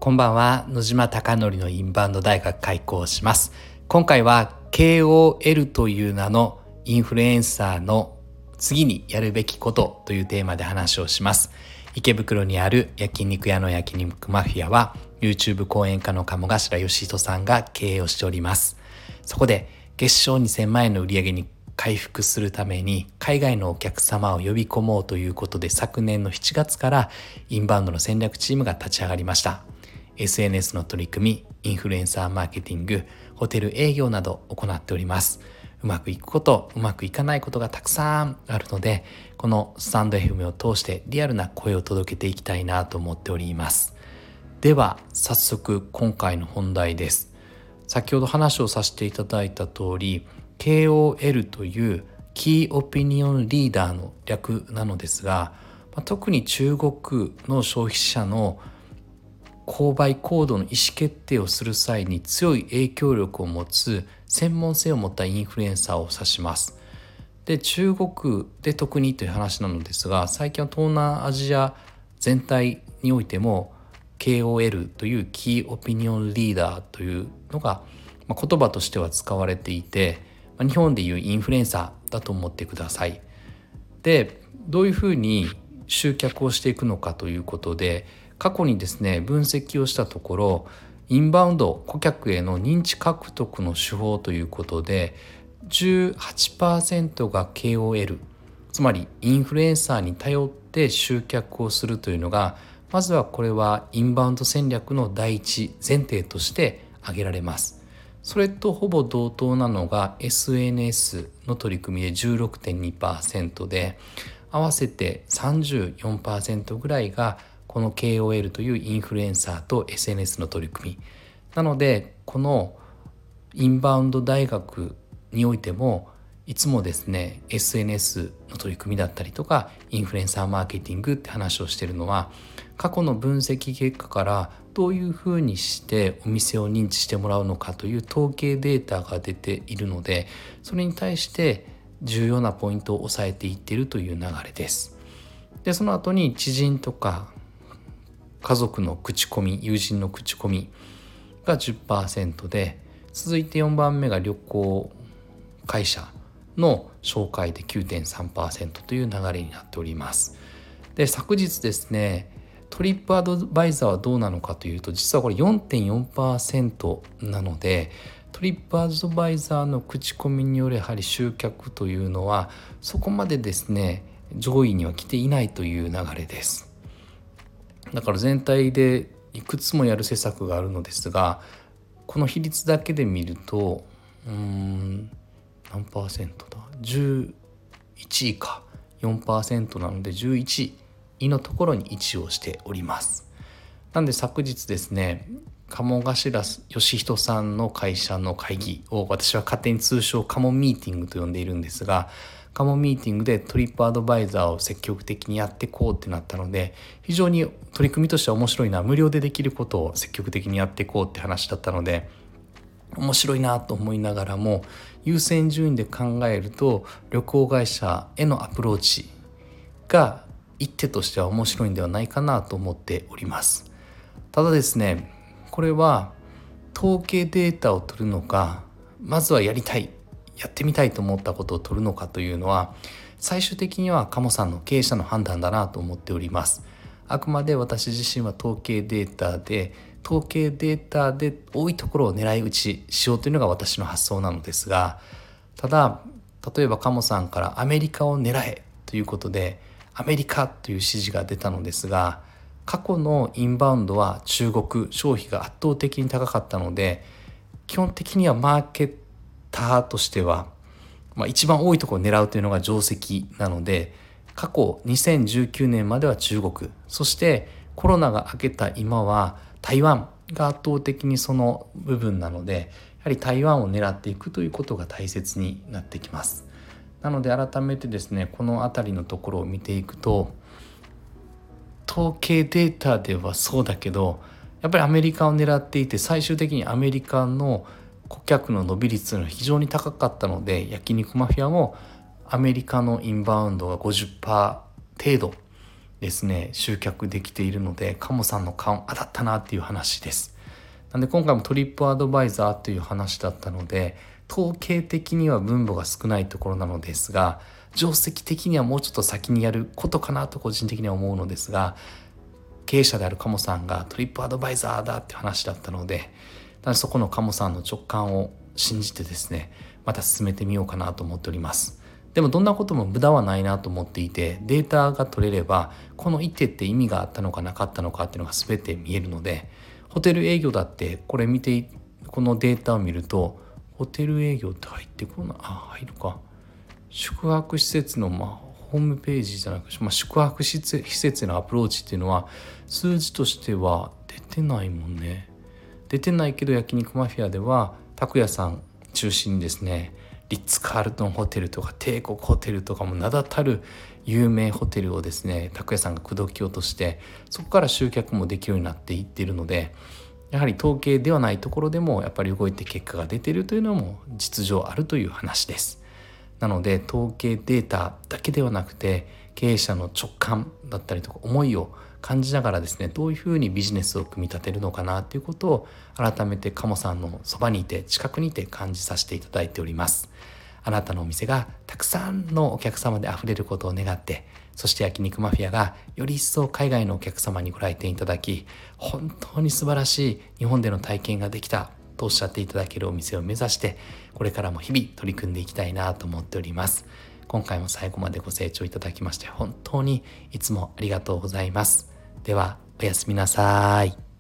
こんばんは。野島貴則のインバウンド大学開講します。今回は KOL という名のインフルエンサーの次にやるべきことというテーマで話をします。池袋にある焼肉屋の焼肉マフィアは YouTube 講演家の鴨頭義人さんが経営をしております。そこで月賞2000万円の売り上げに回復するために海外のお客様を呼び込もうということで、昨年の7月からインバウンドの戦略チームが立ち上がりました。SNS の取り組み、インフルエンサーマーケティング、ホテル営業など行っております。うまくいくこと、うまくいかないことがたくさんあるので、このスタンド FM を通してリアルな声を届けていきたいなと思っております。では早速今回の本題です。先ほど話をさせていただいた通り、KOL というキーオピニオンリーダーの略なのですが、特に中国の消費者の購買行動の意思決定をする際に強い影響力を持つ専門性を持ったインフルエンサーを指します。で、中国で特にという話なのですが、最近は東南アジア全体においても KOL というキーオピニオンリーダーというのが言葉としては使われていて、日本でいうインフルエンサーだと思ってください。で、どういうふうに集客をしていくのかということで、過去にですね分析をしたところ、インバウンド顧客への認知獲得の手法ということで 18% が KOL、 つまりインフルエンサーに頼って集客をするというのが、まずはこれはインバウンド戦略の第一前提として挙げられます。それとほぼ同等なのが SNS の取り組みで 16.2% で、合わせて 34% ぐらいがこの KOL というインフルエンサーと SNS の取り組みなので、このインバウンド大学においてもいつもですね SNS の取り組みだったりとかインフルエンサーマーケティングって話をしているのは、過去の分析結果からどういうふうにしてお店を認知してもらうのかという統計データが出ているので、それに対して重要なポイントを押さえていっているという流れです。で、その後に知人とか家族の口コミ、友人の口コミが 10% で、続いて4番目が旅行会社の紹介で 9.3% という流れになっております。で、昨日ですね、トリップアドバイザーはどうなのかというと、実はこれ 4.4% なので、トリップアドバイザーの口コミによるやはり集客というのはそこまでですね上位には来ていないという流れです。だから全体でいくつもやる施策があるのですが、この比率だけで見ると何パーセントだ、11位か 4% なので11位のところに位置をしております。なので昨日ですね、鴨頭義人さんの会社の会議を、私は勝手に通称カモミーティングと呼んでいるんですが、カモミーティングでトリップアドバイザーを積極的にやっていこうってなったので、非常に取り組みとしては面白いな、無料でできることを積極的にやっていこうって話だったので面白いなと思いながらも、優先順位で考えると旅行会社へのアプローチが一手としては面白いんではないかなと思っております。ただですね、これは統計データを取るのか、まずはやってみたいと思ったことを取るのかというのは、最終的には鴨さんの経営者の判断だなと思っております。あくまで私自身は統計データで多いところを狙い撃ちしようというのが私の発想なのですが、ただ例えば鴨さんからアメリカを狙えということでアメリカという指示が出たのですが、過去のインバウンドは中国消費が圧倒的に高かったので、基本的にはマーケッターとしては、一番多いところを狙うというのが定石なので、過去2019年までは中国、そしてコロナが明けた今は台湾が圧倒的にその部分なので、やはり台湾を狙っていくということが大切になってきます。なので改めてですね、このあたりのところを見ていくと、統計データではそうだけど、やっぱりアメリカを狙っていて、最終的にアメリカの顧客の伸び率が非常に高かったので、焼肉マフィアもアメリカのインバウンドが 50% 程度ですね集客できているので、鴨さんの勘当たったなっていう話です。なんで今回もトリップアドバイザーという話だったので、統計的には分母が少ないところなのですが、定石的にはもうちょっと先にやることかなと個人的には思うのですが、経営者である鴨さんがトリップアドバイザーだって話だったので、そこの鴨さんの直感を信じてですね、また進めてみようかなと思っております。でもどんなことも無駄はないなと思っていて、データが取れればこの一手って意味があったのかなかったのかっていうのが全て見えるので、ホテル営業だってこれ見て、このデータを見るとホテル営業って入ってこない、入るか、宿泊施設のホームページじゃなくて、宿泊施設へのアプローチっていうのは数字としては出てないもんね。出てないけど焼肉マフィアでは拓也さん中心にですね、リッツ・カールトンホテルとか帝国ホテルとかも名だたる有名ホテルをですね拓也さんが口説き落として、そこから集客もできるようになっていっているので、やはり統計ではないところでもやっぱり動いて結果が出ているというのも実情あるという話です。なので統計データだけではなくて、経営者の直感だったりとか思いを感じながらですね、どういうふうにビジネスを組み立てるのかなということを改めて鴨さんのそばにいて近くにいて感じさせていただいております。あなたのお店がたくさんのお客様であふれることを願って、そして焼肉マフィアがより一層海外のお客様にご来店いただき、本当に素晴らしい日本での体験ができたとおっしゃっていただけるお店を目指して、これからも日々取り組んでいきたいなと思っております。今回も最後までご清聴いただきまして本当にいつもありがとうございます。ではおやすみなさい。